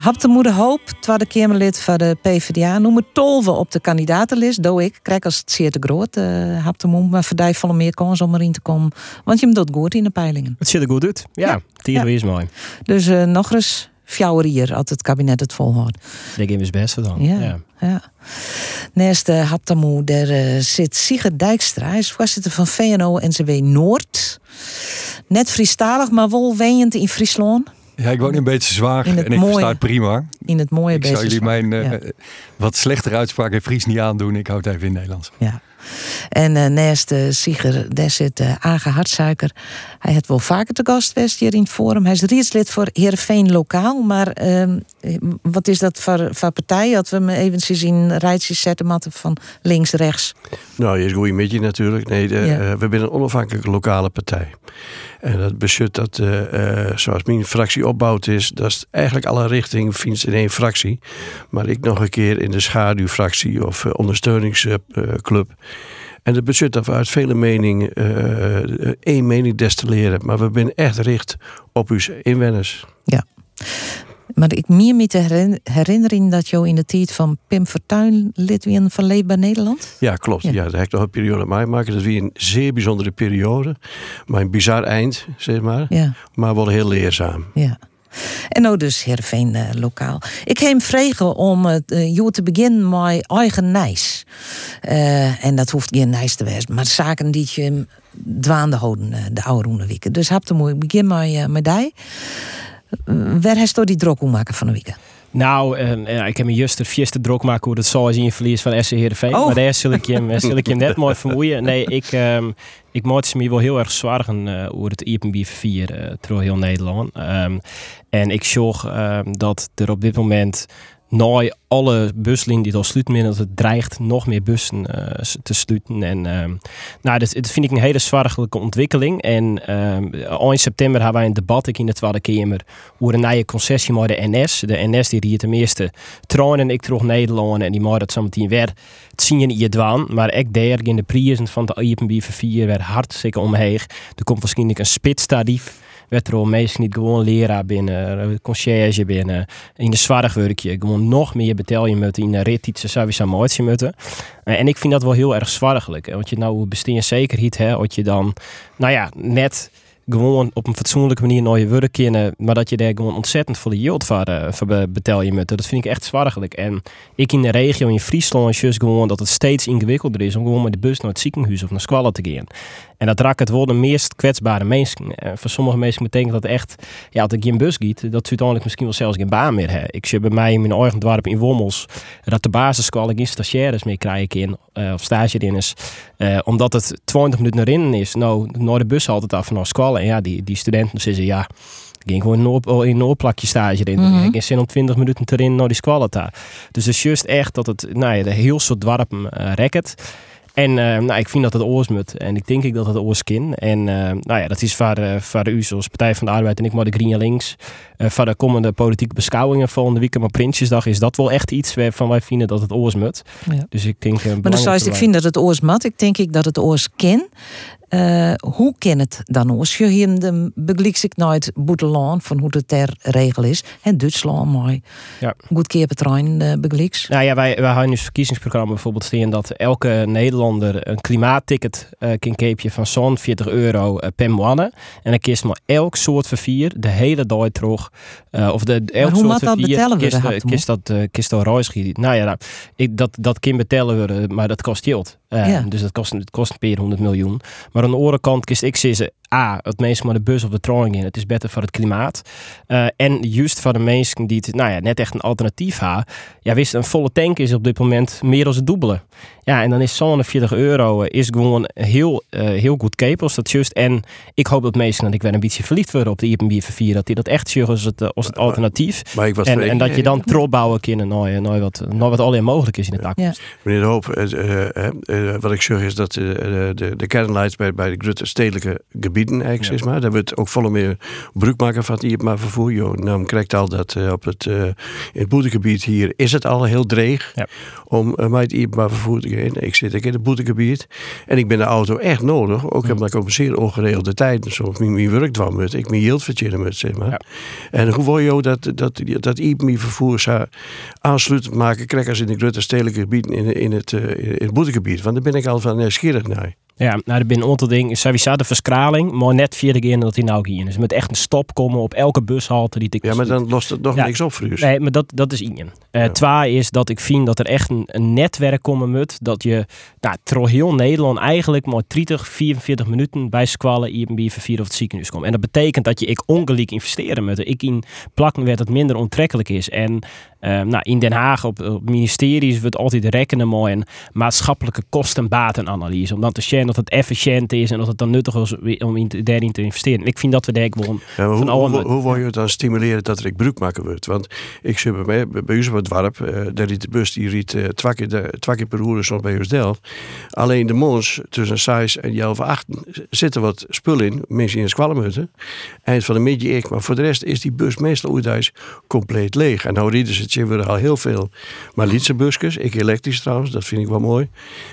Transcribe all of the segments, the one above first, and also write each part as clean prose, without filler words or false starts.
Hap de moeder Hoop, tweede Kamerlid van de PvdA, noemen 12 op de kandidatenlist. Doe ik, krijg als het zeer te groot, Hap de moeder, maar verdij vallen meer kans om erin te komen. Want je hem doet goed in de peilingen. Het ziet er goed uit. Ja, het is mooi. Dus nog eens fjouwer hier, als het kabinet het volhoudt. Daar geven we het beste dan. Ja. Naast Hap de moeder zit Sigrid Dijkstra, hij is voorzitter van VNO-NCW Noord. Net Friestalig, maar wel wenjend in Friesland. Ja, ik woon een beetje zwaar en ik versta het prima. In het mooie Ik zou jullie mijn wat slechtere uitspraak in Fries niet aandoen. Ik houd het even in het Nederlands. Ja. En naast Sigrid, daar zit Age Hartsuiker. Hij heeft wel vaker te gast geweest hier in het forum. Hij is rietslid voor Heerenveen Lokaal. Maar wat is dat voor partij? Dat we hem eventjes in rijtjes zetten matten van links, rechts. Nou, je is goed met je natuurlijk. Nee, we zijn een onafhankelijke lokale partij. En dat beschut dat, zoals mijn fractie opbouwd is, dat is eigenlijk alle richting vindt in één fractie. Maar ik nog een keer in de schaduwfractie of ondersteuningsclub. En dat beschut dat we uit vele meningen één mening destilleren. Maar we zijn echt richt op uw inwoners. Ja. Maar ik meer me te herinneren dat je in de tijd van Pim Fortuyn lid was van Leefbaar Nederland. Ja, klopt. Ja, daar heb ik nog een periode meemaken. Dat was een zeer bijzondere periode. Maar een bizar eind, zeg maar. Ja. Maar wel heel leerzaam. Ja. En nou dus Heerenveen Lokaal. Ik ga hem vragen om te beginnen met eigen nijs. En dat hoeft geen nijs te wezen. Maar zaken die je dwaande houden de oude roeneweken. Dus heb je begin met die. Waar heeft u die drok maken van de week? Nou, ik heb me juist de fieste drok maken hoe het zo is in je verlies van SC Heerenveen. Maar daar zal ik je net mooi vermoeien. Nee, ik maak me wel heel erg zwaar hoe het IPB 4 door heel Nederland. En ik zorg dat er op dit moment na alle buslijnen die al sluiten, dat het dreigt nog meer bussen te sluiten. En dat vind ik een hele zwaarlijke ontwikkeling. En eind september hebben wij een debat in de Tweede Kamer over een nieuwe concessie met de NS. De NS die riet de meeste treinen ik terug Nederland en die maakt dat zo meteen weer het zien in je dwaan. Maar ik daar in de prijzen van de IPB 4 weer hartstikke omheen. Er komt waarschijnlijk een spitstarief. Werd er al meestal niet gewoon leraar binnen, conciërge binnen, in de zwaarwerkje. Gewoon nog meer betel je met in de rit sowieso mooi moeten. En ik vind dat wel heel erg zwaarlijk. Want je nou bestaan zekerheid hè, dat je dan, net gewoon op een fatsoenlijke manier naar je werk kunnen, maar dat je daar gewoon ontzettend voor de yield voor betel je moet. Dat vind ik echt zwaarlijk. En ik in de regio in Friesland is gewoon dat het steeds ingewikkelder is om gewoon met de bus naar het ziekenhuis of naar Squallen te gaan. En dat raakt het wel de meest kwetsbare mensen. Voor sommige mensen betekent dat echt, als ik geen bus giet, dat ze uiteindelijk misschien wel zelfs geen baan meer hebben. Ik zie bij mij in mijn eigen dorp in Wommels dat de basisschool geen stagiaires meer krijgen of stage in is. Omdat het 20 minuten erin is. Nou, naar de bus altijd af naar school. En ja, die studenten zeggen ik ging gewoon in een oorplakje stage in. Mm-hmm. Ik zin om 20 minuten erin naar die school. Dus het is juist echt dat het de heel soort dorpen rekt. En ik vind dat het oors moet. En ik denk dat het oors kan. En dat is voor u als Partij van de Arbeid en ik maar de Green Links. Voor de komende politieke beschouwingen volgende week. Maar Prinsjesdag is dat wel echt iets waarvan wij vinden dat het oors moet. Ja. Dus ik denk. Maar dus ik vind dat het oors moet. Ik denk dat het oors kan. Hoe kan het dan oors? Je hier de begliks ik nooit boetelaan van hoe het ter regel is. En Duitsland mooi. Ja. Goed keer per trein begliks. Nou ja, wij hebben in het verkiezingsprogramma bijvoorbeeld staan dat elke Nederlander een klimaatticket kan kopen van zo'n €40 per maand. En dan kiest maar elk soort vervier de hele dag terug. Of de elk hoe soort vervier kiest dat reisgiet. Nou ja, dat kan betalen worden, maar dat kost geld. Dus het kost per 100 miljoen. Maar aan de andere kant kiest ik zeggen, het meest maar de bus of de trein in. Het is beter voor het klimaat. En juist voor de mensen die het net echt een alternatief hebben. Ja, wist een volle tank is op dit moment meer dan het dubbele. Ja, en dan is zo'n €40 is gewoon heel goed capels. Dat juist. En ik hoop dat mensen, dat ik weer een beetje verliefd worden op de IPB 4, dat die dat echt zien als het alternatief. En dat je dan trolbouwen kunnen naar wat alleen mogelijk is in de toekomst. Ja. Meneer De Hoop, wat ik zeg is dat de kernleids bij de grote stedelijke gebieden bieden eigenlijk, zeg maar. Daar wordt ook volle meer gebruik maken van het Iepenbaar vervoer. Nou krijgt al dat in het boetegebied hier is het al heel dreig om met het Iepenbaar vervoer te gaan. Ik zit ook in het boetegebied en ik ben de auto echt nodig. Ook omdat ik op een zeer ongeregelde tijd zoals mijn werk kwam met, ik mijn yield verdienen moet, zeg maar. Ja. En hoe wil je dat Iepenbaar vervoer zou aansluitend maken, krijgen in de grote stedelijke gebieden in het boetegebied. Want daar ben ik al van nieuwsgierig naar. Ja, nou, er binnen een aantal dingen. Sowieso de verskraling, maar net via de dat hij nou hier is. Met echt een stop komen op elke bushalte die ik. Ja, maar dan lost het nog niks op voor u. Nee, maar dat is één. Twee is dat ik vind dat er echt een netwerk komen moet. Dat je door heel Nederland eigenlijk maar 30-44 minuten bij squallen Iepenbaar vervier of het ziekenhuis komt. En dat betekent dat je ongelijk investeren moet. Ik in plakken waar het minder onttrekkelijk is. En in Den Haag op ministeries wordt altijd rekenen met een maatschappelijke kosten-batenanalyse. Om dan te zien dat het efficiënt is en dat het dan nuttig is om daarin te investeren. En ik vind dat we daar gewoon hoe wil je het dan stimuleren dat er gebruik maken wordt? Want ik zie bij ons op het dorp, daar riet de bus die riet 2 keer per uur soms bij ons Delft. Alleen de mons tussen 6 en 8 zitten wat spullen in, mensen in het squallenmutten. Eind van de middag maar voor de rest is die bus meestal uitdijs compleet leeg. En nou rieden ze het al heel veel maar Lietse busjes, ik elektrisch trouwens, dat vind ik wel mooi.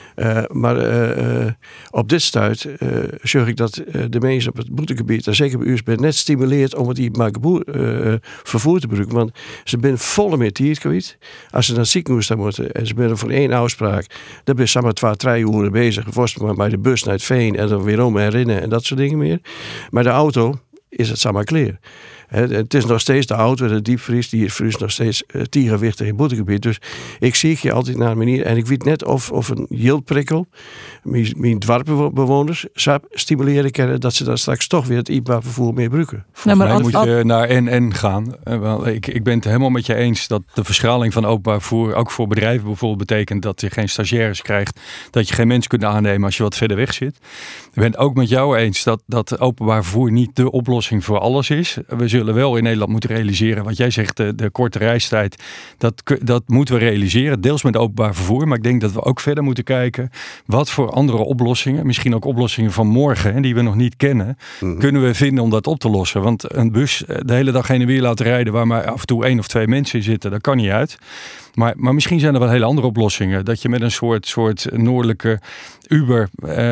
Maar op dit stuit zorg ik dat de mensen op het boetegebied, en zeker bij u, net stimuleert om het vervoer te gebruiken. Want ze zijn volle met tijd kwijt. Als ze naar het ziekenhuis moeten en ze zijn voor 1 afspraak, dan ben je samen 2-3 uur bezig. Gevost maar bij de bus naar het veen en dan weer om en rennen en dat soort dingen meer. Maar de auto is het samen klaar. Het is nog steeds de auto, de diepvries, die is nog steeds 10 gewichten in het boetegebied. Dus ik zie je altijd naar een manier. En ik weet net of een yieldprikkel mijn dorpsbewoners zou stimuleren kunnen dat ze dan straks toch weer het Iepenbaar vervoer meer gebruiken. Dan moet je naar NN gaan. Ik ben het helemaal met je eens dat de verschraling van openbaar vervoer ook voor bedrijven bijvoorbeeld betekent dat je geen stagiaires krijgt, dat je geen mensen kunt aannemen als je wat verder weg zit. Ik ben het ook met jou eens dat openbaar vervoer niet de oplossing voor alles is. We zullen wel in Nederland moeten realiseren, wat jij zegt, de korte reistijd, dat moeten we realiseren, deels met openbaar vervoer, maar ik denk dat we ook verder moeten kijken wat voor andere oplossingen, misschien ook oplossingen van morgen, die we nog niet kennen, kunnen we vinden om dat op te lossen. Want een bus de hele dag heen en weer laten rijden waar maar af en toe 1 of 2 mensen in zitten, dat kan niet uit. Maar misschien zijn er wel hele andere oplossingen. Dat je met een soort noordelijke Uber,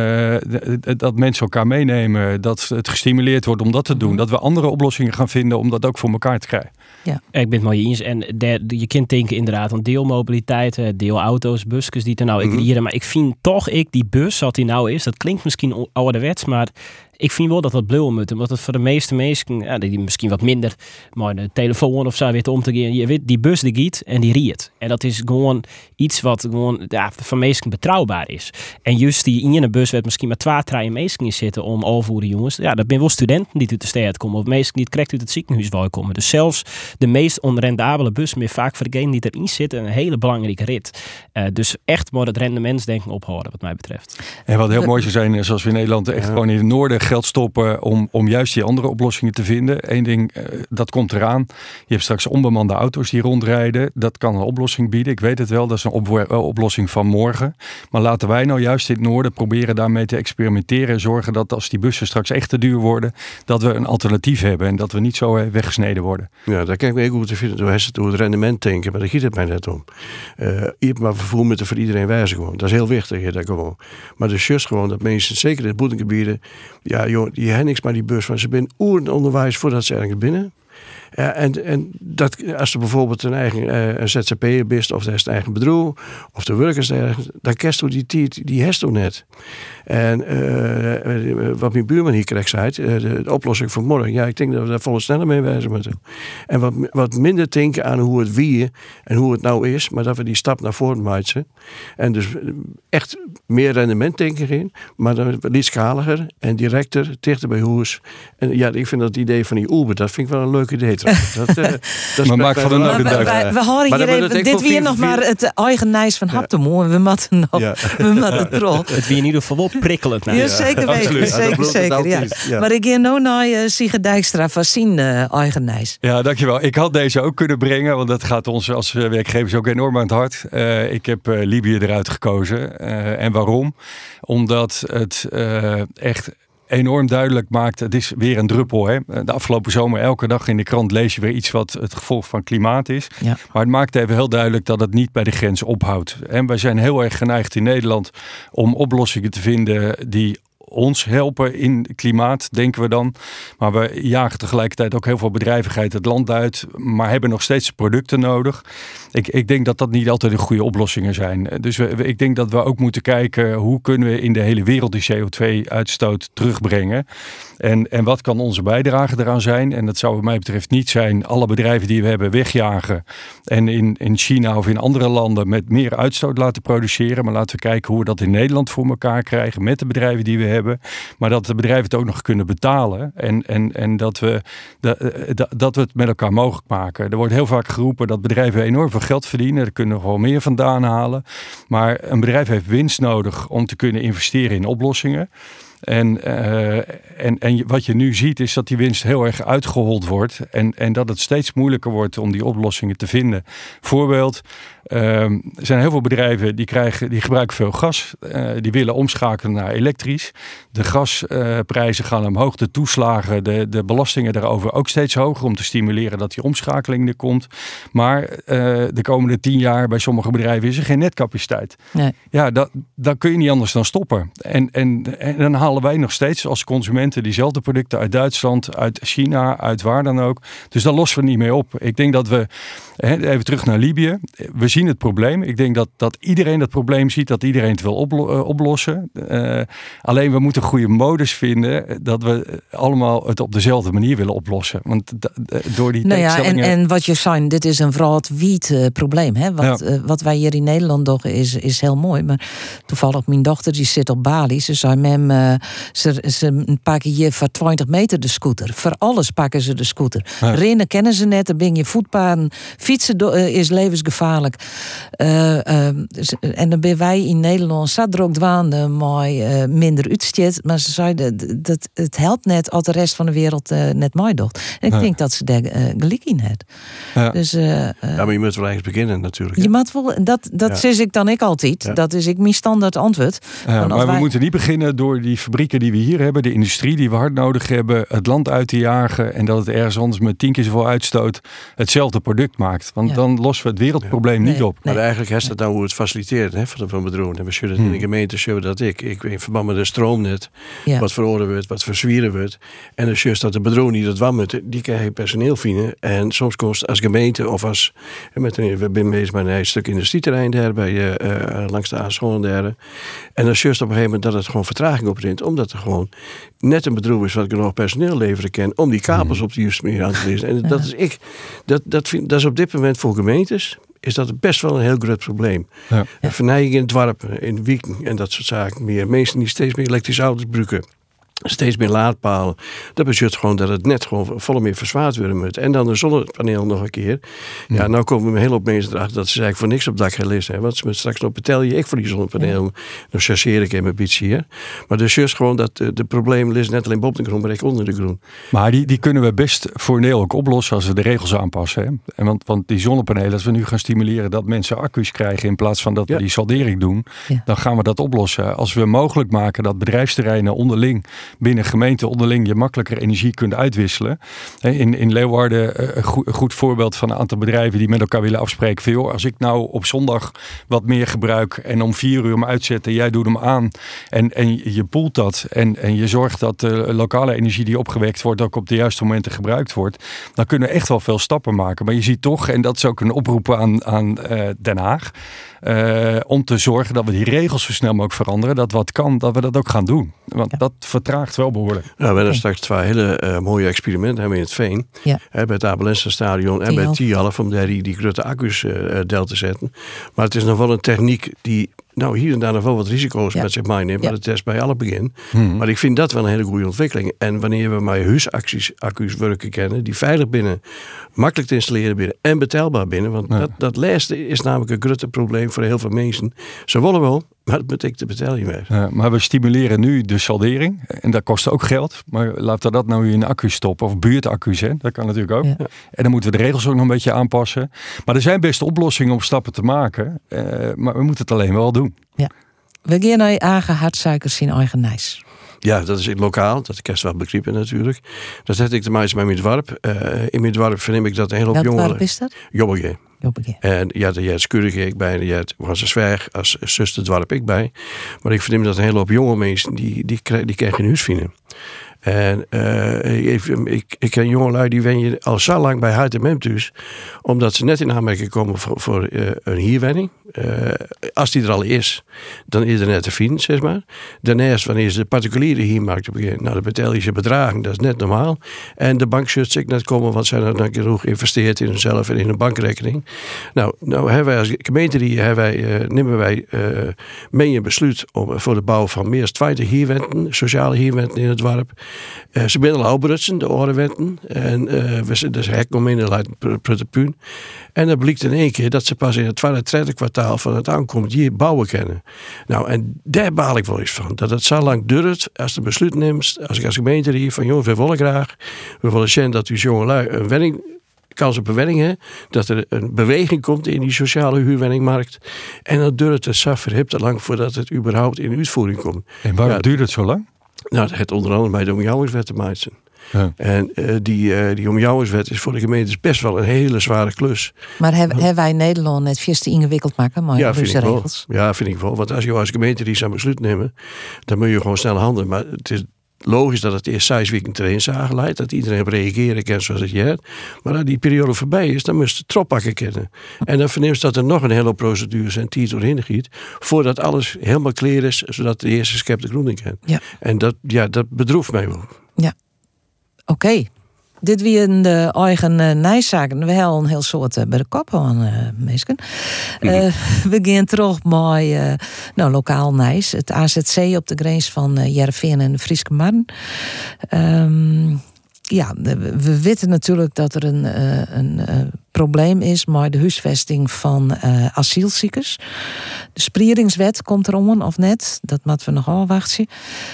dat mensen elkaar meenemen, dat het gestimuleerd wordt om dat te doen. Dat we andere oplossingen gaan vinden om dat ook voor elkaar te krijgen. Ja. Ik ben het met je eens. En je kunt denken inderdaad aan deelmobiliteit, deelauto's, busjes die er nou creëren. Maar ik vind toch, die bus, wat die nou is, dat klinkt misschien ouderwets, maar ik vind wel dat dat blauw moet. Omdat het voor de meeste mensen, die misschien wat minder, maar de telefoon of zo weet om te gaan. Je weet, die bus die giet en die riet. En dat is gewoon iets wat gewoon voor mensen betrouwbaar is. En juist die in een bus werd misschien maar 2-3 mensen in zitten om overvoeren jongens. Ja, dat zijn wel studenten die uit de stad komen. Of mensen die het correct uit het ziekenhuis willen komen. Dus zelfs de meest onrendabele bus, meer vaak voor degene die erin zitten, een hele belangrijke rit. Dus echt maar het rendementsdenken ophouden wat mij betreft. En wat heel mooi zou zijn is als we in Nederland echt gewoon in het noorden geld stoppen om juist die andere oplossingen te vinden. Eén ding, dat komt eraan. Je hebt straks onbemande auto's die rondrijden. Dat kan een oplossing bieden. Ik weet het wel, dat is een oplossing van morgen. Maar laten wij nou juist in het noorden proberen daarmee te experimenteren en zorgen dat als die bussen straks echt te duur worden, dat we een alternatief hebben en dat we niet zo weggesneden worden. Ja, daar kijk ik me goed te vinden door het rendement denken, maar daar gaat het mij net om. Maar vervoer moet er voor iedereen wijzen gewoon. Dat is heel wichtig, dat gewoon. Maar dus juist gewoon dat mensen, zeker in de boetengebieden, die hebben niks maar die bus van. Ze zijn oeren onderwijs voordat ze ergens binnen. Ja, en dat, als er bijvoorbeeld een eigen ZZP'er bent, of er is een eigen bedrijf, of de werkers ergens, dan kerst hoe die heeft hoe net. En wat mijn buurman hier krijgt, zei, de oplossing voor morgen, ja, ik denk dat we daar volle sneller mee wijzen moeten. En wat minder denken aan hoe het wie en hoe het nou is, maar dat we die stap naar voren maken. En dus echt meer rendement denken in, maar dan iets schaliger en directer, dichter bij huis. En ja, ik vind dat idee van die Uber, dat vind ik wel een leuk idee. Maar maak van de nodenduif. We horen hier even, dit weer nog maar het eigen nijs van Haptemoe. En we matten nog, we matten trol. Het weer in ieder geval wel prikkelend. Ja, zeker weten. Zeker. Ja. Maar ik ga nu naar Sigrid Dijkstra van zijn eigen nijs. Ja, dankjewel. Ik had deze ook kunnen brengen, want dat gaat ons als werkgevers ook enorm aan het hart. Ik heb Libië eruit gekozen. En waarom? Omdat het echt enorm duidelijk maakt, het is weer een druppel. Hè? De afgelopen zomer elke dag in de krant lees je weer iets wat het gevolg van klimaat is. Ja. Maar het maakt even heel duidelijk dat het niet bij de grens ophoudt. En wij zijn heel erg geneigd in Nederland om oplossingen te vinden die ons helpen in klimaat, denken we dan. Maar we jagen tegelijkertijd ook heel veel bedrijvigheid het land uit, maar hebben nog steeds producten nodig. Ik denk dat dat niet altijd de goede oplossingen zijn. Dus ik denk dat we ook moeten kijken hoe kunnen we in de hele wereld die CO2-uitstoot terugbrengen. En wat kan onze bijdrage eraan zijn? En dat zou wat mij betreft niet zijn alle bedrijven die we hebben wegjagen en in China of in andere landen met meer uitstoot laten produceren. Maar laten we kijken hoe we dat in Nederland voor elkaar krijgen met de bedrijven die we hebben. Maar dat de bedrijven het ook nog kunnen betalen. En dat we het met elkaar mogelijk maken. Er wordt heel vaak geroepen dat bedrijven enorm veel geld verdienen. Daar kunnen we wel meer vandaan halen. Maar een bedrijf heeft winst nodig om te kunnen investeren in oplossingen. En wat je nu ziet is dat die winst heel erg uitgehold wordt. En dat het steeds moeilijker wordt om die oplossingen te vinden. Voorbeeld, er zijn heel veel bedrijven die gebruiken veel gas. Die willen omschakelen naar elektrisch. De gasprijzen gaan omhoog. De toeslagen, de belastingen daarover ook steeds hoger. Om te stimuleren dat die omschakeling er komt. Maar de komende 10 jaar bij sommige bedrijven is er geen netcapaciteit. Nee. Ja, dan kun je niet anders dan stoppen. En dan halen wij nog steeds als consumenten diezelfde producten uit Duitsland, uit China, uit waar dan ook. Dus daar lossen we niet mee op. Ik denk dat we, even terug naar Libië, we zien het probleem. Ik denk dat iedereen dat probleem ziet, dat iedereen het wil oplossen. Alleen we moeten goede modus vinden dat we allemaal het op dezelfde manier willen oplossen. Want door die tegenstellingen... En wat je zei, dit is een wereldwijd probleem. Hè? Wat wij hier in Nederland doen is heel mooi. Maar toevallig mijn dochter die zit op Bali. Ze zei met hem, ze pakken hier voor 20 meter de scooter. Voor alles pakken ze de scooter. Ja. Rennen kennen ze net, dan ben je voetpaden. Fietsen is levensgevaarlijk. En dan ben wij in Nederland zo druk dwaande maar minder uitstoot. Maar ze zeiden dat het helpt net als de rest van de wereld net mooi doet. En ik denk dat ze daar gelijk in heeft. Ja. Dus, maar je moet wel ergens beginnen natuurlijk. Je moet wel, dat zeg ik dan altijd. Ja. Dat is mijn standaard antwoord. Maar we moeten niet beginnen door die fabrieken die we hier hebben, de industrie die we hard nodig hebben, het land uit te jagen en dat het ergens anders met 10 keer zoveel uitstoot hetzelfde product maakt. Want dan lossen we het wereldprobleem niet op. Maar eigenlijk is dat nou hoe het faciliteren van bedrogen. En we zullen in de gemeente zullen dat ik in verband met de stroomnet, wat veroordeeld wordt, wat verzwieren wordt. En dus juist dat de bedrogen die dat wammet, die krijgen personeel vinden. En soms kost als gemeente of als, we zijn bezig met een stuk industrieterrein daar bij langs de A-scholen daar. En dan is juist op een gegeven moment dat het gewoon vertraging opbrengt, omdat er gewoon net een bedrijf is wat genoeg personeel leveren kan om die kabels op de juiste manier aan te lezen. En dat is op dit moment voor gemeentes is dat best wel een heel groot probleem. Ja. Vernijing in het dorpen, in Wieken en dat soort zaken meer. Mensen die steeds meer elektrische auto's gebruiken. Steeds meer laadpalen. Dat betekent gewoon dat het net gewoon volle meer verzwaard worden moet. En dan de zonnepaneel nog een keer. Ja, nou komen we heel op mensen erachter dat ze eigenlijk voor niks op het dak gaan liggen. Want ze moeten straks nog betalen ik voor die zonnepaneel. Ja. Dan chasseer ik hem een beetje hier. Maar dus juist gewoon dat de problemen liggen net alleen boven de grond, maar ook onder de grond. Maar die kunnen we best voor Nederland ook oplossen als we de regels aanpassen. Hè? En want die zonnepanelen, als we nu gaan stimuleren dat mensen accu's krijgen in plaats van dat we die saldering doen, dan gaan we dat oplossen. Als we mogelijk maken dat bedrijfsterreinen onderling binnen gemeenten onderling je makkelijker energie kunt uitwisselen. In Leeuwarden een goed voorbeeld van een aantal bedrijven die met elkaar willen afspreken van joh, als ik nou op zondag wat meer gebruik en om 4 uur hem uitzet en jij doet hem aan en je poelt dat en je zorgt dat de lokale energie die opgewekt wordt ook op de juiste momenten gebruikt wordt, dan kunnen we echt wel veel stappen maken. Maar je ziet toch, en dat is ook een oproep aan Den Haag, om te zorgen dat we die regels zo snel mogelijk veranderen, dat wat kan, dat we dat ook gaan doen. Want dat vertraagt wel behoorlijk. Nou, we hebben straks 2 hele mooie experimenten hebben in het Veen. Ja. Bij het Abelense stadion en bij Tialf om daar die grote accu's del te zetten. Maar het is nog wel een techniek die hier en daar nog wel wat risico's met zich meeneemt. Maar het is bij alle begin. Maar ik vind dat wel een hele goede ontwikkeling. En wanneer we maar huisaccu's werken kennen, die veilig binnen, makkelijk te installeren binnen en betaalbaar binnen. Want dat laatste is namelijk een grote probleem voor heel veel mensen. Ze willen wel, maar dat betekent de betaling weer. Maar we stimuleren nu de saldering. En dat kost ook geld. Maar laten we dat nou in accu's stoppen. Of buurtaccu's. Hè? Dat kan natuurlijk ook. Ja. En dan moeten we de regels ook nog een beetje aanpassen. Maar er zijn best oplossingen om stappen te maken. Maar we moeten het alleen wel doen. Ja. We gaan naar eigen hartsuikers in eigen nijs. Ja, dat is lokaal. Dat kan je wel begrijpen natuurlijk. Dat heb ik te maken met mijn dorp. In mijn dorp verneem ik dat een hele hoop jongeren... Welk dorp is dat? Jobbeke. Jobbeke. En ja, daar is Kurige ik bij. Je was een zwerg als zuster dorp ik bij. Maar ik verneem dat een hele hoop jonge mensen... die krijgen geen huis vinden. En ik ken jongelui die wen je al zo lang bij HTM thuis, omdat ze net in aanmerking komen voor een hierwenning. Als die er al is, dan is er net te vinden, zeg maar. Daarnaast, wanneer ze de particuliere hiermarkt beginnen, nou, dan betaal je ze bedragen, dat is net normaal. En de bank zult zich net komen, want zij dan genoeg geïnvesteerd in hunzelf en in een bankrekening. Nou hebben wij als gemeente nemen wij mee een besluit voor de bouw van meer dan 20 hierwenten, sociale hierwenten in het dorp. Ze zijn al oudbrutsen, de orenwenten. En we zijn dus hek om in de Pruttepuun. En dan blijkt in één keer dat ze pas in het tweede kwartaal van het aankomend hier bouwen kennen. Nou, en daar baal ik wel eens van. Dat het zo lang duurt als de besluit neemt, als ik als gemeente hier van jongens, we willen graag. We willen zien dat u jongelui een wenning, kans op een wenning heeft. Dat er een beweging komt in die sociale huurwenningmarkt. En dan duurt het zo verhipt te lang voordat het überhaupt in uitvoering komt. En waarom duurt het zo lang? Nou, dat heeft onder andere bij de omjouwingswet te maken. Ja. En die omjouwingswet is voor de gemeentes best wel een hele zware klus. Maar hebben wij Nederland net veel te ingewikkeld maken? Maar ja, vind ik wel. regels. Ja, vind ik wel. Want als je als gemeente die zo'n besluit nemen, dan moet je gewoon snel handelen. Maar het is logisch dat het eerst 6 weken erin zagen leidt. Dat iedereen op reageren kan zoals het jaar. Maar als die periode voorbij is, dan moest de trop pakken kennen. En dan verneemt dat er nog een hele procedure en tijd doorheen giet. Voordat alles helemaal klaar is, zodat de eerste schep de groening kan. Ja. En dat bedroeft mij wel. Ja. Oké. Dit weer in de eigen nijszaken. We hebben een heel soort bij de kop van mensen. We gaan terug bij lokaal Nijs. Het AZC op de grens van Heerenveen en de Frieske Marn. We weten natuurlijk dat er een probleem is met de huisvesting van asielziekers. De sprieringswet komt erom, of net? Dat moeten we nog afwachten.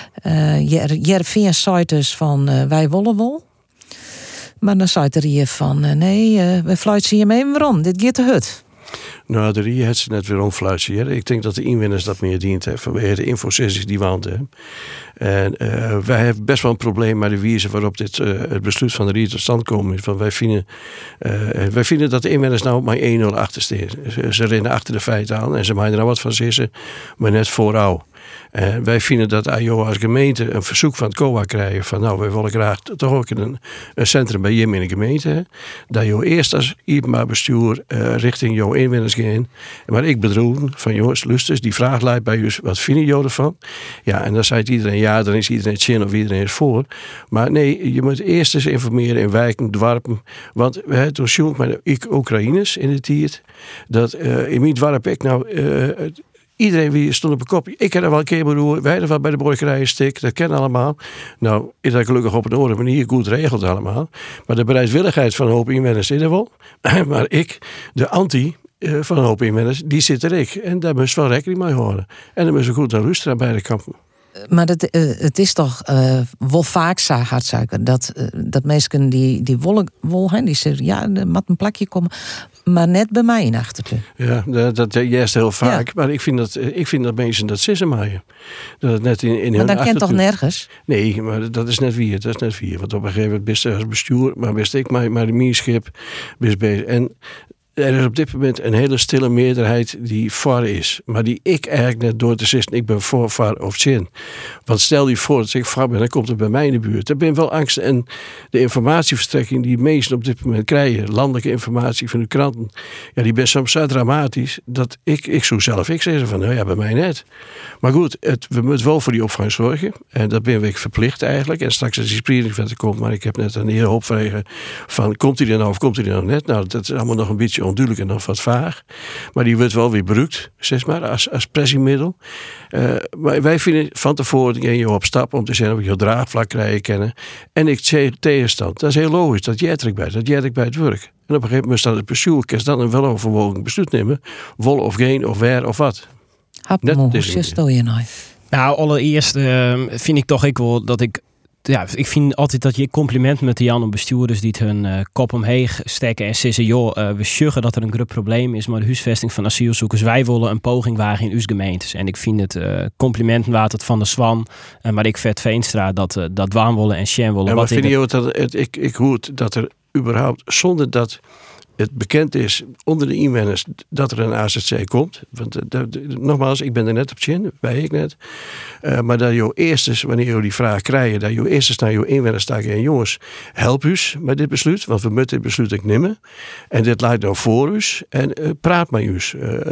Heerenveen zei dus van wij willen wel. Maar dan zei er hier van we fluiten je mee waarom? Dit gaat de hut. Nou, de Rie heeft ze net weer omfluiten. Ik denk dat de inwoners dat meer dient hebben vanwege de infosessies die we aan hebben. En wij hebben best wel een probleem met de wijze waarop het besluit van de Rie tot stand komt. Van wij vinden dat de inwoners nou maar 1-0 achter staan. Ze rennen achter de feiten aan en ze maken er nou wat van zissen, maar net vooruit. Wij vinden dat als gemeente een verzoek van het COA krijgen van nou, wij willen graag toch ook een centrum bij Jim in de gemeente. Hè, dat je eerst als IPMA bestuur richting jouw inwoners gaan. Maar ik bedoel van jongens, lusters, die vraag leidt bij jullie, wat vinden jullie ervan? Ja, en dan zei iedereen ja, dan is iedereen het zin of iedereen is voor. Maar nee, je moet eerst eens informeren in wijken, dorpen. Want toen zoek met Oekraïners in de tijd, dat in mijn dorp ik nou... Iedereen wie stond op een kopje. Ik ken er wel een keer bedoel. Wij er bij de borgerij stik. Dat kennen allemaal. Nou, is dat gelukkig op een andere manier goed regelt allemaal. Maar de bereidwilligheid van een hoop inwoners is er wel. Maar de anti van een hoop inwoners, die zit er ik. En daar moest wel rekening mee houden. En dan moest we goed naar rust aan beide kampen. Maar het is toch wel vaak zo hartzuiker dat mensen die wollen, die zeggen ja, er moet een plakje komen, maar net bij mij in achtertuin. Ja, dat juist heel vaak. Ja. Maar ik vind dat mensen dat zissen maaien. Dat het net in maar dan kent toch nergens? Nee, maar dat is net wie. Dat is net wie. Want op een gegeven moment best als bestuur, maar best ik maar de mierschip best bezig. En er is op dit moment een hele stille meerderheid die voor is. Maar die ik eigenlijk net door te zitten, ik ben voor of zin. Want stel je voor dat ik voor ben, dan komt het bij mij in de buurt. Dan ben wel angst. En de informatieverstrekking die mensen op dit moment krijgen, landelijke informatie van de kranten, ja, die best soms zo dramatisch, dat ik zo zelf, ik zeg van, nou ja, bij mij net. Maar goed, we moeten wel voor die opvang zorgen. En dat ben ik verplicht eigenlijk. En straks als die sprieringswet komt, maar ik heb net een hele hoop vragen van, komt hij er nou of komt hij er nou net? Nou, dat is allemaal nog een beetje onduidelijk en nog wat vaag. Maar die wordt wel weer gebruikt, zeg maar, als pressiemiddel. Maar wij vinden van tevoren ging je op stap om te zeggen of je draagvlak krijgen kennen. En ik zeg tegenstand. Dat is heel logisch. Dat jij bij het werk. En op een gegeven moment staat het bestuur kan dan een weloverwogen besluit nemen. Wol of geen of waar of wat. Hoe stel je nou? Nou, allereerst vind ik toch wel dat ik Ja, ik vind altijd dat je compliment met de Jan bestuurders die het hun kop omheen steken en zeggen, joh, we sjuggen dat er een groot probleem is, maar de huisvesting van asielzoekers, wij willen een poging wagen in uw gemeentes. En ik vind het complimenten waard het van de Swan, maar ik Vet Veenstra dat Waanwollen en Sjenwollen. Ja, maar vind je dat ik hoor dat er überhaupt, zonder dat het bekend is onder de inwoners dat er een AZC komt. Want nogmaals, ik ben er net op Tjen, bij ik net. Maar dat je eerst, wanneer je die vraag krijgt, dat je eerst naar je inwoners staat en jongens, help u met dit besluit, want we moeten dit besluit ook nemen. En dit leidt nou voor u. En praat met u.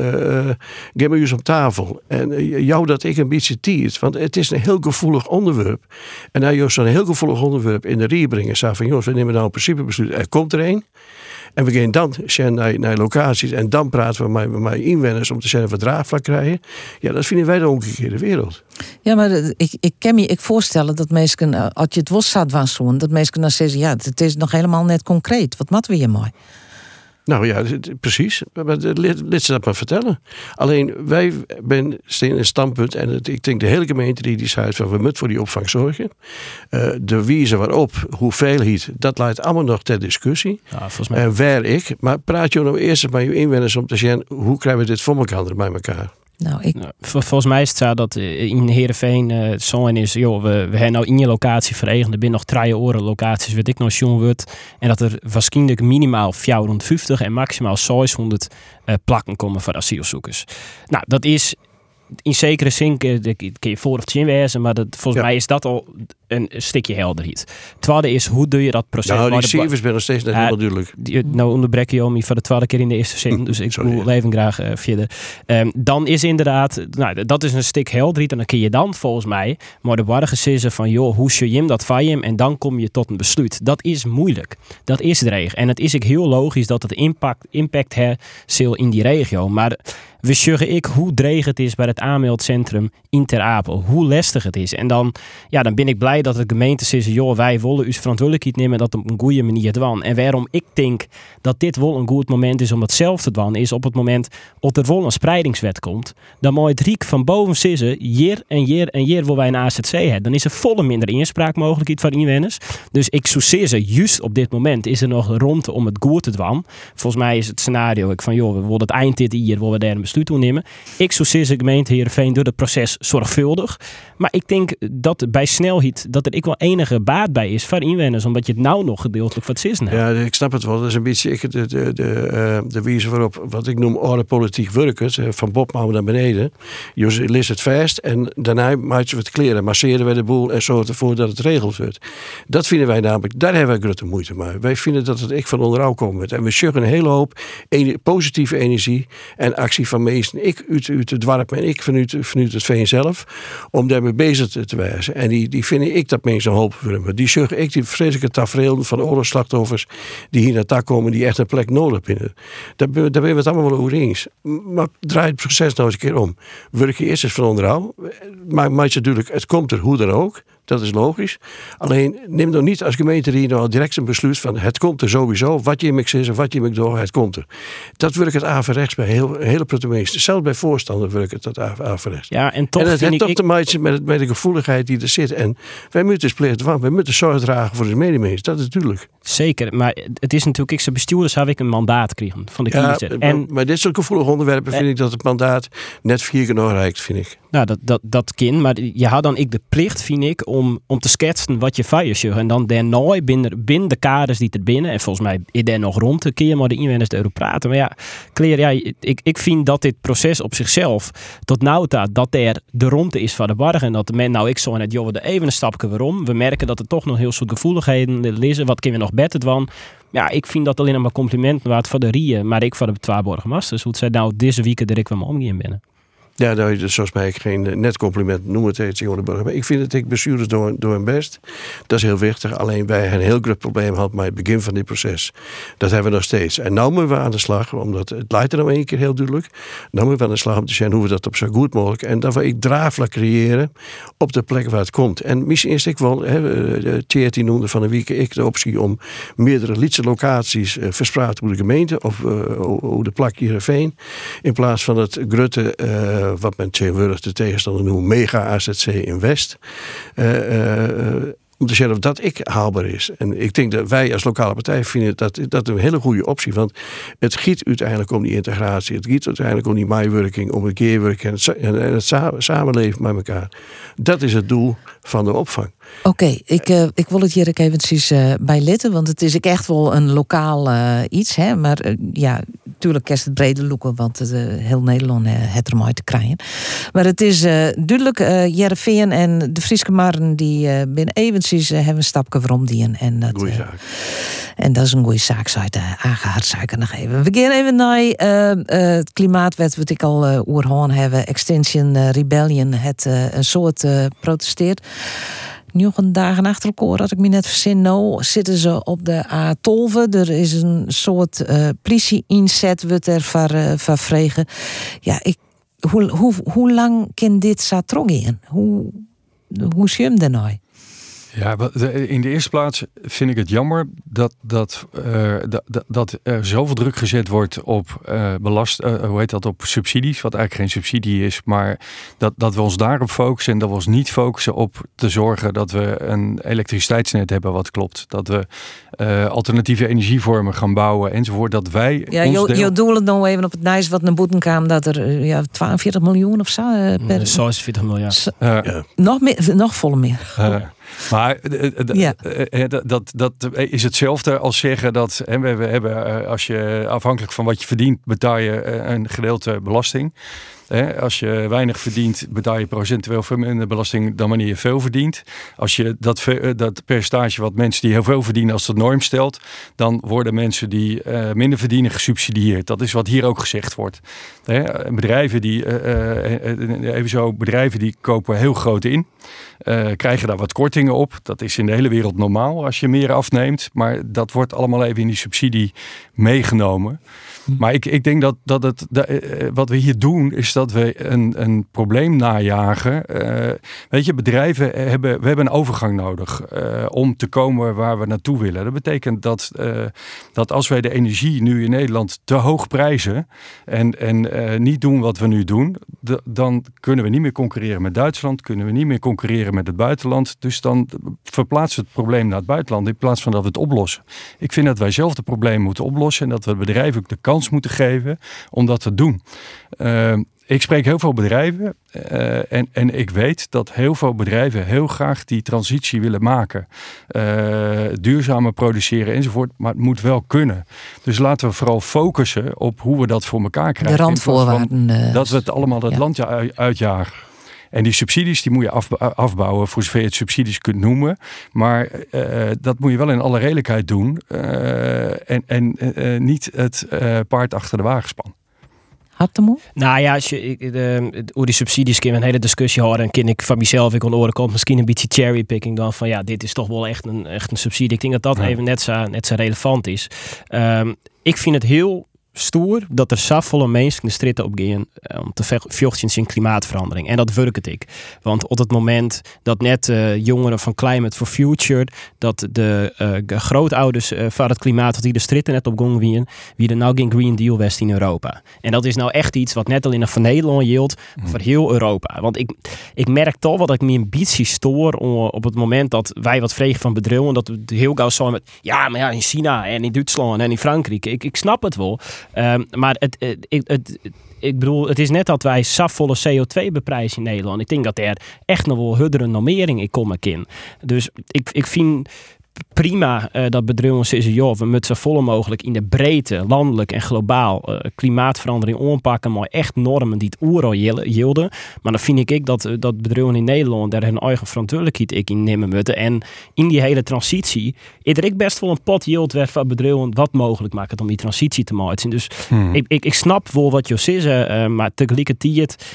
Geef met u op tafel. En jou dat ik een beetje tiert, want het is een heel gevoelig onderwerp. En dat je zo'n heel gevoelig onderwerp in de rie brengen, zei van jongens, we nemen nou een principebesluit. Er komt er een. En we gaan dan naar locaties en dan praten we met inwoners om te zeggen wat draagvlak krijgen. Ja, dat vinden wij de omgekeerde wereld. Ja, maar ik kan me voorstellen dat mensen, als je het was zou doen, dat mensen dan zeggen, ja, het is nog helemaal net concreet. Wat moeten we hier mooi? Nou ja, precies. Laat ze dat maar vertellen. Alleen wij zijn in een standpunt en ik denk de hele gemeente die zei van we moeten voor die opvang zorgen. De wijze waarop, hoeveelheid, dat leidt allemaal nog ter discussie. Ja, volgens mij. En waar ik. Maar praat je nou eerst met je inwoners om te zeggen hoe krijgen we dit voor elkaar bij elkaar? Nou, volgens mij is het zo dat in Heerenveen zo is, joh, we hebben nou in je locatie verregend. Er zijn nog 3 locaties, weet ik nog, John Wut. En dat er waarschijnlijk minimaal 450 en maximaal 600 plakken komen voor asielzoekers. Nou, dat is in zekere zin, kun je voor of tegen wezen, maar volgens mij is dat al een stukje helderheid. Het tweede is, hoe doe je dat proces? Nou, die cijfers ben nog steeds net helemaal duidelijk. Nou onderbrek je om voor de 12e keer in de eerste zin, dus ik wil even graag verder. Dan is inderdaad, nou, dat is een stuk helderheid en dan kun je dan volgens mij maar de warge zeggen van, joh, hoe je hem dat van je en dan kom je tot een besluit. Dat is moeilijk. Dat is de regio. En het is ook heel logisch dat het impact heeft in die regio. Maar we zeggen ik hoe dreig het is bij het aanmeldcentrum in Ter Apel. Hoe lastig het is. En dan ben ik blij dat de gemeente zegt, joh, wij willen uw verantwoordelijkheid nemen dat op een goede manier te doen. En waarom ik denk dat dit wel een goed moment is om dat zelf te doen, is op het moment dat er wel een spreidingswet komt, dan moet het riek van boven zeggen, jaar wil wij een AZC hebben. Dan is er volle minder inspraakmogelijkheid van inwoners. Dus ik zou zeggen, juist op dit moment is er nog ruimte om het goed te doen. Volgens mij is het scenario van, joh, we willen het eind dit jaar, willen we daar een besluit nemen. Ik zou zeggen, gemeente Heerenveen doet het proces zorgvuldig. Maar ik denk dat bij snelheid dat er wel enige baat bij is voor inwoners, omdat je het nou nog gedeeltelijk wat zit. Ja, ik snap het wel. Dat is een beetje de wijze waarop wat ik noem orde politiek werken, van Bobmouw naar beneden. Je leest het vast en daarna maak je het kleren, masseren we de boel en zorgen ervoor dat het regeld wordt. Dat vinden wij namelijk, daar hebben wij grote moeite mee. Wij vinden dat het echt van onderuit komt. En we sjuggen een hele hoop positieve energie en actie van meesten. Ik uit het dorp en ik vanuit het veen zelf, om daarmee bezig te wijzen. En die vind ik dat mensen hoop willen. Die sjuggen ik die vreselijke tafereel van oorlogsslachtoffers die hier naartoe komen, die echt een plek nodig vinden. Daar ben we het allemaal wel over eens. Maar draai het proces nou eens een keer om. Werk je eerst eens van onderhoud. Maar natuurlijk, het komt er hoe dan ook. Dat is logisch. Alleen neem dan niet als gemeente die nou direct een besluit van het komt er sowieso. Wat je me zegt, wat je me door, het komt er. Dat werkt het averechts bij hele protagonisten. Zelfs bij voorstanders werkt het averechts. Ja, en toch het heeft toch te maken met de gevoeligheid die er zit. En wij moeten het plegen van. Wij moeten zorg dragen voor de medemens. Dat is natuurlijk. Zeker, maar het is natuurlijk, ik als bestuurder zou ik een mandaat krijgen van de kiezer. En maar dit soort gevoelige onderwerpen vind ik dat het mandaat net 4 keer nog reikt, vind ik. Nou, dat kan, maar je had dan ik de plicht, vind ik, om te schetsen wat je van je zegt. En dan daarna binnen de kaders die er binnen, en volgens mij is er nog rond een keer, maar de inwoners erover praten. Maar ja, Claire, ik vind dat dit proces op zichzelf tot nou dat er de rondte is van de barg en dat de men nou ik zo net, joh, we even een stapje waarom. We merken dat er toch nog heel soort gevoeligheden liggen. Wat kunnen we nog beter doen? Ja, ik vind dat alleen maar complimenten waard voor de Rieën, maar ik voor de 2 burgemeesters. Hoe het zij nou deze week er ik wel omgaan binnen. Ja, nou, zoals mij geen net compliment noem het tegen de burger. Maar ik vind het, ik bestuurders door hun best. Dat is heel wichtig. Alleen wij hebben een heel groot probleem gehad bij het begin van dit proces. Dat hebben we nog steeds. En nu moeten we aan de slag, omdat het leidt er nou 1 keer heel duidelijk. Nu moeten we aan de slag om te zien hoe we dat op zo goed mogelijk. En dat we draagvlak creëren op de plek waar het komt. En misschien is ik wel, Tjeertien noemde van een week ik de optie om meerdere lietse locaties verspreid over de gemeente. Of over de plak Heerenveen. In plaats van het grote wat men tegenwoordig de tegenstander noemt mega AZC in West. om te zeggen of dat haalbaar is. En ik denk dat wij als lokale partij vinden dat een hele goede optie. Want het giet uiteindelijk om die integratie. Het giet uiteindelijk om die meewerking, om het keerwerk en het samenleven met elkaar. Dat is het doel van de opvang. Oké, ik wil het hier ook eventjes bij letten, want het is echt wel een lokaal iets. Hè? Maar ja, natuurlijk kerst het brede loeken, want heel Nederland het er maar te krijgen. Maar het is duidelijk, Heerenveen en de Frieske Marren die binnen eventjes hebben een stapje waarom die. Goeie zaak. En dat is een goede zaak, zou je het aangehaald nog even. We gaan even naar het klimaatwet, wat ik al oerhoorn hebben. Extinction Rebellion, het een soort protesteert. 9 dagen achter elkaar, had ik me net verzin. Nou zitten ze op de A12. Er is een soort politie-inzet wordt er vervregen. Ja, hoe lang kan dit zo teruggaan? Hoe zie je hem daarna? Ja, in de eerste plaats vind ik het jammer dat er zoveel druk gezet wordt op op subsidies, wat eigenlijk geen subsidie is, maar dat we ons daarop focussen en dat we ons niet focussen op te zorgen dat we een elektriciteitsnet hebben wat klopt, dat we alternatieve energievormen gaan bouwen enzovoort, dat wij... Ja, je doelt nou even op het nijs wat naar boeten kwam, dat er 42 miljoen of zo per... 46 miljard. Nog volle meer. Maar dat is hetzelfde als zeggen dat we hebben, als je afhankelijk van wat je verdient, betaal je een gedeelte belasting. Als je weinig verdient, betaal je procentueel veel minder belasting dan wanneer je veel verdient. Als je dat percentage wat mensen die heel veel verdienen als de norm stelt, dan worden mensen die minder verdienen gesubsidieerd. Dat is wat hier ook gezegd wordt. Bedrijven die kopen heel groot in. Krijgen daar wat kortingen op. Dat is in de hele wereld normaal als je meer afneemt. Maar dat wordt allemaal even in die subsidie meegenomen. Maar ik denk dat wat we hier doen is dat we een probleem najagen. Weet je, bedrijven we hebben een overgang nodig om te komen waar we naartoe willen. Dat betekent dat als wij de energie nu in Nederland te hoog prijzen en niet doen wat we nu doen, dan kunnen we niet meer concurreren met Duitsland, kunnen we niet meer concurreren met het buitenland. Dus dan verplaatsen we het probleem naar het buitenland in plaats van dat we het oplossen. Ik vind dat wij zelf het probleem moeten oplossen en dat we bedrijven ook de kans moeten geven om dat te doen. Ik spreek heel veel bedrijven en ik weet dat heel veel bedrijven heel graag die transitie willen maken. Duurzamer produceren enzovoort, maar het moet wel kunnen. Dus laten we vooral focussen op hoe we dat voor elkaar krijgen. De randvoorwaarden. Dat we het allemaal het land uitjagen. En die subsidies die moet je afbouwen, voor zover je het subsidies kunt noemen. Maar dat moet je wel in alle redelijkheid doen. En niet het paard achter de wagen spannen. Nou ja, hoe die subsidies kunnen we een hele discussie houden. En kan ik van mezelf ik aan de oren komt misschien een beetje cherrypicking dan van ja, dit is toch wel echt een subsidie. Ik denk dat even net zo relevant is. Ik vind het heel stoer dat er zoveel mensen de stritten op gaan om te vechten in klimaatverandering. En dat werkt ik. Want op het moment dat net jongeren van Climate for Future, dat de grootouders van het klimaat, dat die de stritten net op gang wie er nou geen Green Deal west in Europa. En dat is nou echt iets wat net alleen van Nederland geldt, voor heel Europa. Want ik merk toch wat ik me een beetje stoor op het moment dat wij wat vregen van bedrijven, dat we heel gauw zo met maar in China en in Duitsland en in Frankrijk. Ik snap het wel. Maar ik bedoel, het is net dat wij safvolle CO2 beprijzen in Nederland. Ik denk dat er echt nog wel huddere normering in komen kan. Dus ik vind prima dat bedrijven zeggen, we moeten zo vol mogelijk in de breedte, landelijk en globaal klimaatverandering aanpakken, maar echt normen die het oerol hielden. Maar dan vind ik dat bedrijven in Nederland daar hun eigen verantwoordelijkheid in nemen moeten. En in die hele transitie is er best wel een pot yield werd van bedrijven wat mogelijk maakt om die transitie te maken. Dus ik snap wel wat je zegt, maar tegelijkertijd,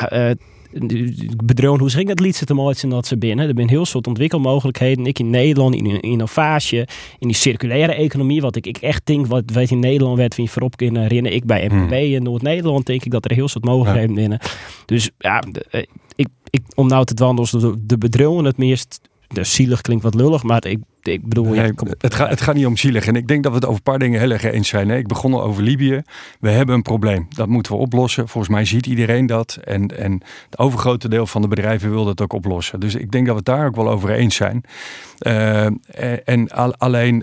bedrijven, hoe zeg ik het liedje te maken dat ze binnen. Er zijn heel soort ontwikkelmogelijkheden. Ik in Nederland, in innovatie, in die circulaire economie, wat ik echt denk, wat in Nederland werd van voorop kunnen herinneren. Ik bij MPB in Noord-Nederland denk ik dat er heel soort mogelijkheden binnen. Dus ja, om nou te wandelen, de bedrijven het meest, de zielig klinkt wat lullig, maar ik bedoel... Nee, het gaat niet om zielig. En ik denk dat we het over een paar dingen heel erg eens zijn. Hè? Ik begon al over Libië. We hebben een probleem. Dat moeten we oplossen. Volgens mij ziet iedereen dat. En het overgrote deel van de bedrijven wil dat ook oplossen. Dus ik denk dat we het daar ook wel over eens zijn. Alleen,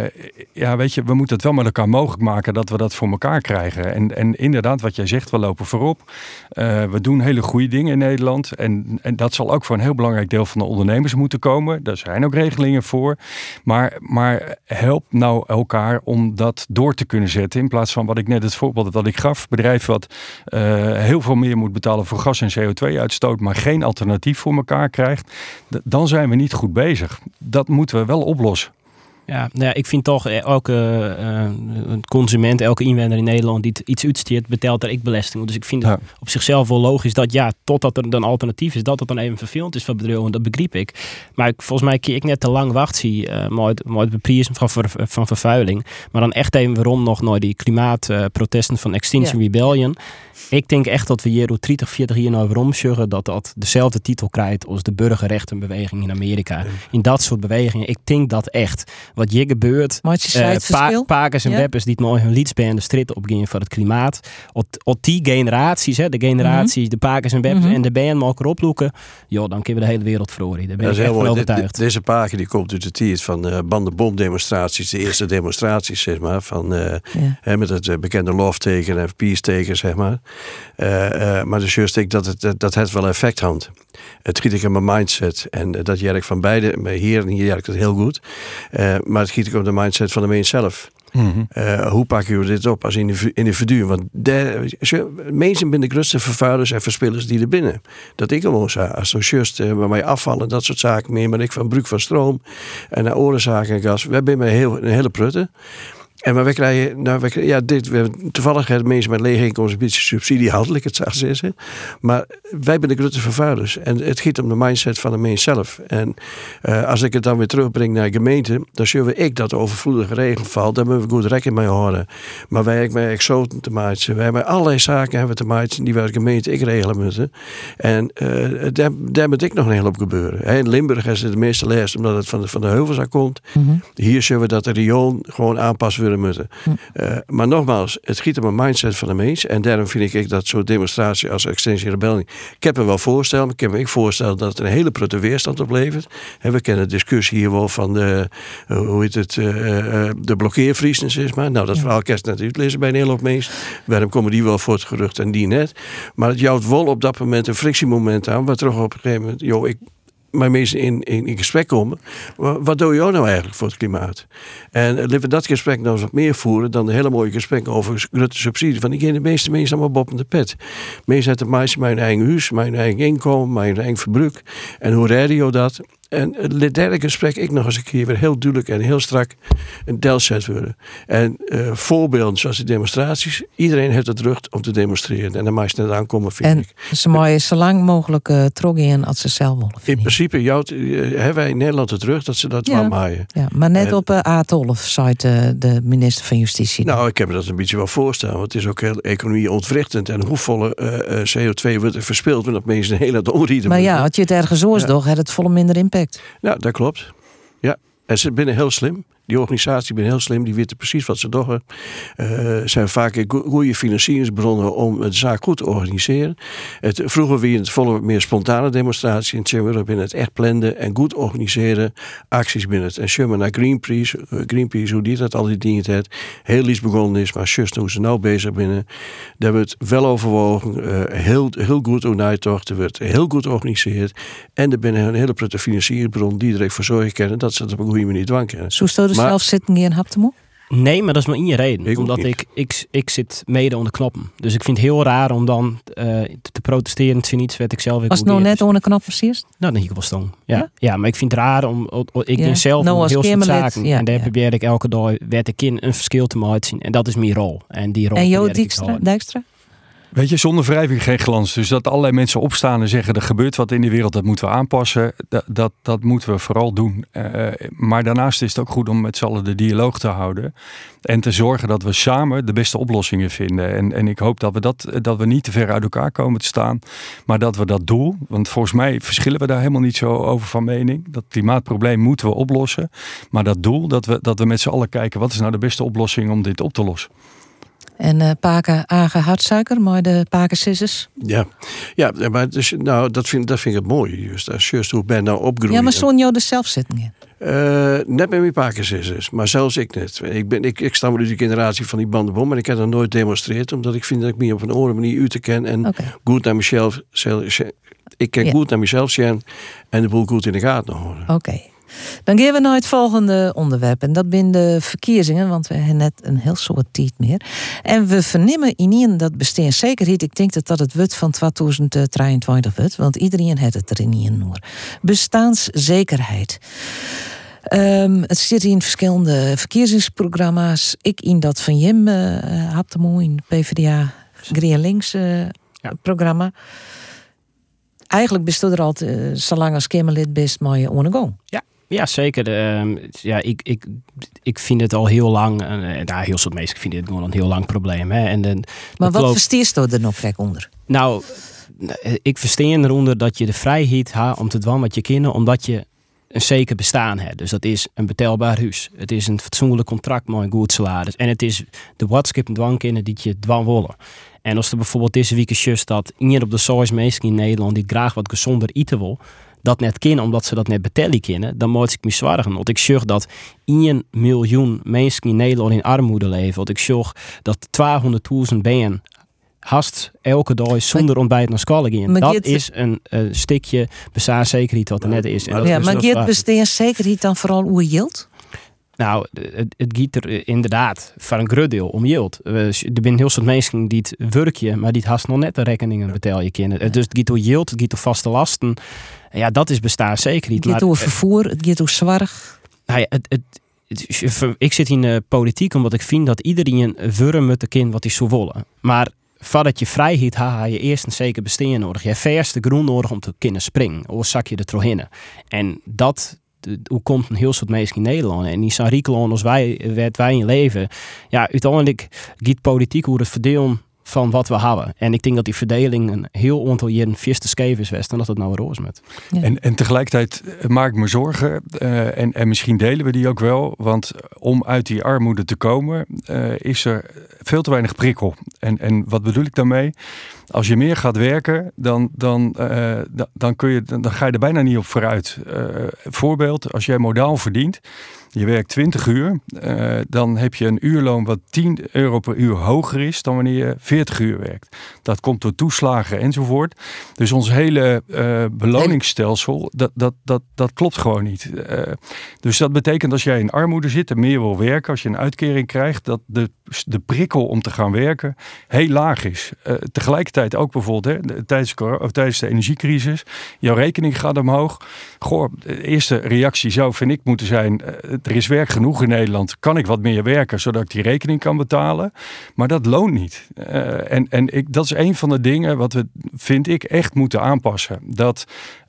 weet je, we moeten het wel met elkaar mogelijk maken dat we dat voor elkaar krijgen. En inderdaad, wat jij zegt, we lopen voorop. We doen hele goede dingen in Nederland. En dat zal ook voor een heel belangrijk deel van de ondernemers moeten komen. Daar zijn ook regelingen voor. Maar help nou elkaar om dat door te kunnen zetten. In plaats van wat ik net het voorbeeld dat ik gaf. Bedrijf wat heel veel meer moet betalen voor gas- en CO2-uitstoot. Maar geen alternatief voor elkaar krijgt. Dan zijn we niet goed bezig. Dat moeten we wel oplossen. Ja, ik vind toch elke consument, elke inwoner in Nederland die iets uitsteert, betaalt er belasting. Dus ik vind het op zichzelf wel logisch dat totdat er dan alternatief is, dat het dan even vervelend is voor bedrijven. Dat begrijp ik. Maar volgens mij keer ik net te lang wachten met beprijzen van vervuiling. Maar dan echt even waarom nog naar die klimaatprotesten van Extinction Rebellion. Ik denk echt dat we hier door 30, 40 jaar nou weer omzuggen dat dezelfde titel krijgt als de burgerrechtenbeweging in Amerika. In dat soort bewegingen. Ik denk dat echt. Wat hier gebeurt. Pakers en weppers die het nooit hun lietsband de strijd opgaan voor het klimaat. Op die generaties, de generaties, de pakers en weppers en de band mogen oploeken. Dan kunnen we de hele wereld verloren. Daar ben ik echt van overtuigd. Deze paker die komt uit de tijd van bandenbomdemonstraties. De eerste demonstraties, zeg maar. Met het bekende love-teken en peace-teken, zeg maar. Maar dus juist ik dat het wel effect had. Het giet ik in mijn mindset. En dat jerk van beide. Hier en hier jerkt het heel goed. Maar het giet ik op de mindset van de mens zelf. Mm-hmm. Hoe pakken we dit op als individu? Want mensen zijn de grootste vervuilers en verspillers die er binnen. Dat ik gewoon zei. Als zo juist bij mij afvallen, dat soort zaken meer. Maar ik van bruik van stroom en naar orenzaken en gas. We hebben een hele prutte. En we krijgen, toevallig hebben mensen met lege inkomens een beetje subsidie handelijk, het zou zeggen. Maar wij zijn de grote vervuilers. En het gaat om de mindset van de mens zelf. En als ik het dan weer terugbreng naar de gemeente, dan zullen ik dat overvloedige regenval, daar moeten we goed rekening mee houden. Maar wij hebben met exoten te maken. Wij hebben allerlei zaken hebben te maken die wij als gemeente regelen moeten. En daar moet ik nog een hele hoop gebeuren. In Limburg is het de meeste les omdat het van de heuvels aan komt. Mm-hmm. Hier zullen we dat de riool gewoon aanpassen willen moeten. Maar nogmaals, het giet om een mindset van de mens. En daarom vind ik dat zo'n demonstratie als Extinction Rebellion. Ik heb me wel voorstellen. Ik heb me voorstellen dat het een hele grote weerstand oplevert. We kennen de discussie hier wel van de blokkeervries, zeg maar. Nou, dat verhaal kan je net uitlezen bij een hele hoop mensen. Waarom komen die wel voor het gerucht en die net? Maar het jouwt wel op dat moment een frictiemoment aan. Waar terug op een gegeven moment, maar mensen in gesprek komen. Wat doe je nou eigenlijk voor het klimaat? En laten we dat gesprek nou eens wat meer voeren dan de hele mooie gesprekken over grote subsidie. Want ik ken de meeste mensen allemaal boven de pet. Mensen hebben meisje mijn eigen huis, mijn eigen inkomen, mijn eigen verbruik. En hoe red je dat? En het derde gesprek, ik nog eens een keer weer heel duidelijk en heel strak een delzet worden. En voorbeelden zoals de demonstraties. Iedereen heeft het recht om te demonstreren. En dan mag je net aankomen, vind ik. Ze mogen zo lang mogelijk teruggaan als ze zelf willen. In principe hebben wij in Nederland het recht dat ze dat wel maaien. Ja, maar net op A12 zei de minister van Justitie. Nou, ik heb me dat een beetje wel voorstellen. Want het is ook heel economie ontwrichtend. En hoeveel CO2 wordt er verspild omdat mensen een hele onrieden. Maar had je het ergens had het volle minder impact. Nou, dat klopt. Ja, en ze binnen heel slim. Die organisatie ben heel slim, die weten precies wat ze doen. Zijn vaak goede financieringsbronnen om de zaak goed te organiseren. Vroeger weer het volle meer spontane demonstratie. En we binnen het echt plannen en goed organiseren acties binnen het. En Schumann naar Greenpeace, hoe die dat al die dingen heeft. Heel iets begonnen is, maar just hoe ze nou bezig binnen. Daar wordt wel overwogen. Heel goed organiseerd. Er wordt heel goed georganiseerd. En er binnen een hele grote financieringsbron die er even voor zorgen kunnen dat ze het op een goede manier dwang kunnen. Zelf zitten hier in Haptemo? Nee, maar dat is maar één reden. Omdat ik zit mede onder knoppen. Dus ik vind het heel raar om dan te protesteren. Het is iets wat ik zelf... Was het nou net onder knoppen precies? Nou, dan hier wel stong. Ja, maar ik vind het raar om... Ik ben zelf heel veel zaken. En daar probeer ik elke dag werd ik in een verschil te maken zien. En dat is mijn rol. En die rol... En Jo Dijkstra? Weet je, zonder wrijving geen glans. Dus dat allerlei mensen opstaan en zeggen er gebeurt wat in de wereld, dat moeten we aanpassen. Dat moeten we vooral doen. Maar daarnaast is het ook goed om met z'n allen de dialoog te houden. En te zorgen dat we samen de beste oplossingen vinden. En ik hoop dat we niet te ver uit elkaar komen te staan. Maar dat we dat doel, want volgens mij verschillen we daar helemaal niet zo over van mening. Dat klimaatprobleem moeten we oplossen. Maar dat doel, dat we met z'n allen kijken, wat is nou de beste oplossing om dit op te lossen? En paken Agen hartsuiker, maar de pakensissers. Ja, maar dus, nou, dat vind ik mooi. Juist hoe ben nou opgroeien. Ja, maar zo'n jou er zelf zitten in. Net met mijn pakensissers, maar zelfs ik net. Ik stam uit de generatie van die bandenbom, maar ik heb dat nooit demonstreerd, omdat ik vind dat ik me op een andere manier uit te kennen en goed naar mezelf. Ik ken goed naar mezelf zijn en de boel goed in de gaten houden. Oké. Dan gaan we naar het volgende onderwerp. En dat zijn de verkiezingen, want we hebben net een heel soort tijd meer. En we vernemen in dat bestaanszekerheid. Ik denk dat het wordt van 2023 wordt, want iedereen heeft het er in een noer. Bestaanszekerheid. Het zit in verschillende verkiezingsprogramma's. Ik in dat van Jim had de mooi in PvdA GroenLinks programma. Eigenlijk bestond er altijd, zolang als Kamerlid best maar je ondergang. Ja, zeker. Ik vind het al heel lang, heel soort mensen vinden het gewoon een heel lang probleem. Hè. Maar wat versteerst je er nog gek onder? Nou, ik verstaan eronder dat je de vrijheid hebt om te doen wat je kan, omdat je een zeker bestaan hebt. Dus dat is een betaalbaar huis. Het is een fatsoenlijk contract met een goed salaris. En het is de watskip en dwangkinnen die je dwang willen. En als er bijvoorbeeld deze week is just dat iemand op de 6 mensen in Nederland die graag wat gezonder eten wil, dat net kennen omdat ze dat net betalen kunnen, dan moet ik me zwaargen. Want ik zorg dat 1 miljoen mensen in Nederland in armoede leven. Want ik zorg dat 200.000 bijen haast elke dag zonder ontbijt naar school gaan. Dat is een stukje bestaanszekerheid wat er net is. En maar gaat bestaanszekerheid dan vooral hoe yield? Nou, het gaat er inderdaad voor een groot deel om yield. Er zijn heel veel mensen die het werken, maar die het haast nog net de rekeningen betalen je kinderen. Dus het gaat door yield, het gaat door vaste lasten. Ja, dat is bestaanszekerheid. Het gaat door vervoer, het gaat door zorg. Nou ja, ik zit in de politiek omdat ik vind dat iedereen wurm met de kind wat hij zou willen. Maar voordat je vrijheid hebt, heb je eerst een zeker bestaan nodig. Je hebt eerst de grond nodig om te kunnen springen. Of zak je er toch in. En dat, hoe komt een heel soort mensen in Nederland? En die zijn riekeloon als wij in leven. Ja, uiteindelijk gaat politiek hoe het verdelen van wat we hebben. En ik denk dat die verdeling een heel aantal jaren vierste scheef is geweest en dat het nou roos met. Ja. En tegelijkertijd maak ik me zorgen en misschien delen we die ook wel, want om uit die armoede te komen is er veel te weinig prikkel. En wat bedoel ik daarmee? Als je meer gaat werken, dan ga je er bijna niet op vooruit. Voorbeeld, als jij modaal verdient, je werkt 20 uur, dan heb je een uurloon wat €10 per uur hoger is dan wanneer je 40 uur werkt. Dat komt door toeslagen enzovoort. Dus ons hele beloningsstelsel, dat klopt gewoon niet. Dus dat betekent als jij in armoede zit en meer wil werken, als je een uitkering krijgt, dat de prikkel om te gaan werken heel laag is. Tegelijkertijd ook bijvoorbeeld tijdens de energiecrisis, jouw rekening gaat omhoog. Goh, de eerste reactie zou, vind ik, moeten zijn, er is werk genoeg in Nederland. Kan ik wat meer werken, zodat ik die rekening kan betalen? Maar dat loont niet. Dat is een van de dingen wat we, vind ik, echt moeten aanpassen. Dat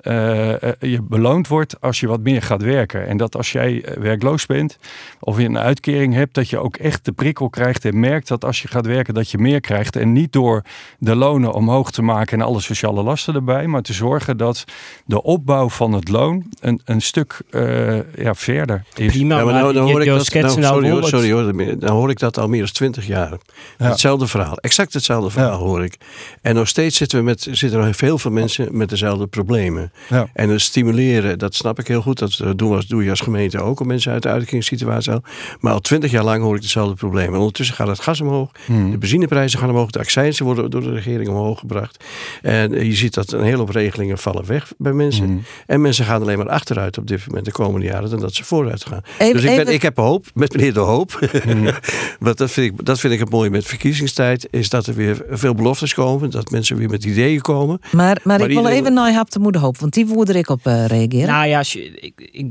je beloond wordt als je wat meer gaat werken. En dat als jij werkloos bent of je een uitkering hebt, dat je ook echt de prikkel krijgt en merkt dat als je gaat werken dat je meer krijgt. En niet door de lonen omhoog te maken en alle sociale lasten erbij, maar te zorgen dat de opbauw van het loon een stuk verder is. Prima, maar dan hoor ik dat, dan hoor ik dat al meer dan 20 jaar. Ja. Hetzelfde verhaal, exact hetzelfde verhaal hoor ik. En nog steeds zitten er nog heel veel mensen met dezelfde problemen. Ja. En het stimuleren, dat snap ik heel goed. Dat doe je als gemeente ook om mensen uit de uitkeringssituatie te halen. Maar al 20 jaar lang hoor ik hetzelfde probleem. En ondertussen gaat het gas omhoog. De benzineprijzen gaan omhoog. De accijnzen worden door de regering omhoog gebracht. En je ziet dat een hele hoop regelingen vallen weg bij mensen. En mensen gaan alleen maar achteruit op dit moment de komende jaren dan dat ze vooruit gaan. Ik heb hoop, met meneer De Hoop. Dat vind ik het mooie met verkiezingstijd. Is dat er weer veel beloftes komen. Dat mensen weer met ideeën komen. Maar ik wil even naar Hap de Moeder Hoop. Want die woord ik op reageren. Nou ja,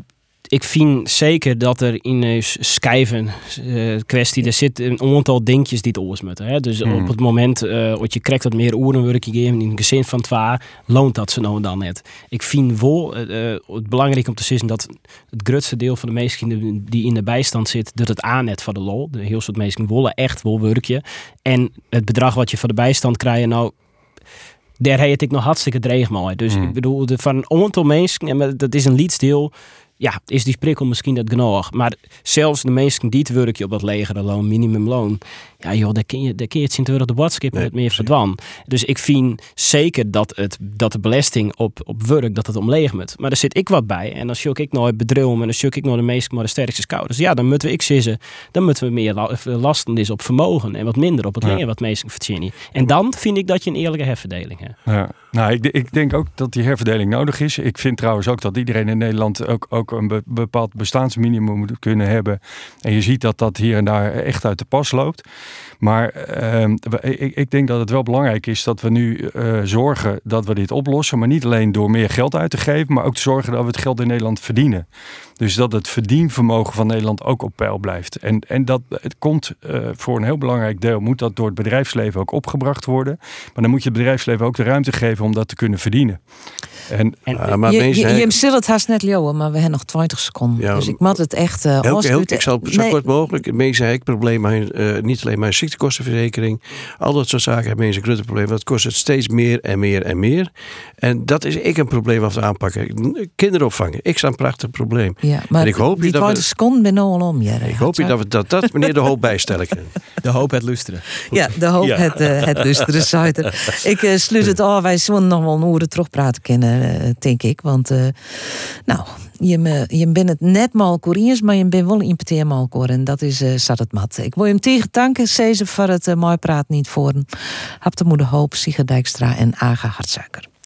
ik vind zeker dat er in een schijven kwestie, er zit een aantal dingetjes die het oors moeten. Dus op het moment dat je krijgt wat meer oerenwerkje geven in een gezin van 2, loont dat ze nou en dan net. Ik vind wel het belangrijk om te zeggen dat het grootste deel van de mensen die in de bijstand zit, dat het aannet van de lol. De heel soort mensen willen echt wel werkje. En het bedrag wat je voor de bijstand krijgt, nou, daar heet ik nog hartstikke dreig mooi. Dus ik bedoel, van een aantal mensen, en dat is een lietsdeel, ja, is die prikkel misschien dat genoeg. Maar zelfs de mensen die het werkje op dat legere loon, minimumloon, ja joh, daar kun je het zien de boodschap net meer verdwan. Dus ik vind zeker dat de belasting op werk, dat het omleeg moet. Maar er zit ik wat bij. En als ik nou het bedrijf en als ik nou de meest maar de sterkste schouders, ja, dan moeten we meer lasten is op vermogen en wat minder op het dingen wat meesten verdienen. En dan vind ik dat je een eerlijke herverdeling hebt. Ja. Nou, ik denk ook dat die herverdeling nodig is. Ik vind trouwens ook dat iedereen in Nederland ook een bepaald bestaansminimum moet kunnen hebben. En je ziet dat hier en daar echt uit de pas loopt. Maar ik denk dat het wel belangrijk is dat we nu zorgen dat we dit oplossen. Maar niet alleen door meer geld uit te geven, maar ook te zorgen dat we het geld in Nederland verdienen. Dus dat het verdienvermogen van Nederland ook op peil blijft. En dat het komt voor een heel belangrijk deel, moet dat door het bedrijfsleven ook opgebracht worden. Maar dan moet je het bedrijfsleven ook de ruimte geven om dat te kunnen verdienen. Maar je zult het haast net leeuwen, maar we hebben nog 20 seconden. Ja, dus ik moet het echt ik zal zo kort mogelijk. Mensen hebben problemen, niet alleen maar ziektekostenverzekering. Al dat soort zaken hebben mensen een grote probleem. Dat kost het steeds meer en meer en meer. En dat is een probleem af te aanpakken. Kinderopvang, ik sta een prachtig probleem. Ja, maar en ik hoop die 20 seconden ben al om. Ik hoop dat meneer de hoop bijstellen kan. De hoop het lusteren. Ja, de hoop het lusteren, Suiter. Ik sluit het af. Wij zullen nog wel een uren terugpraten kunnen, denk ik. Want, je bent het net mal Koreaans, maar je bent wel een importeermalkoor. En dat is zat het mat. Ik wil hem tegen danken, Cezar, voor het mooi praat niet voor. Hap de moeder Hoop, Sigrid Dijkstra en Aga Hartsuiker.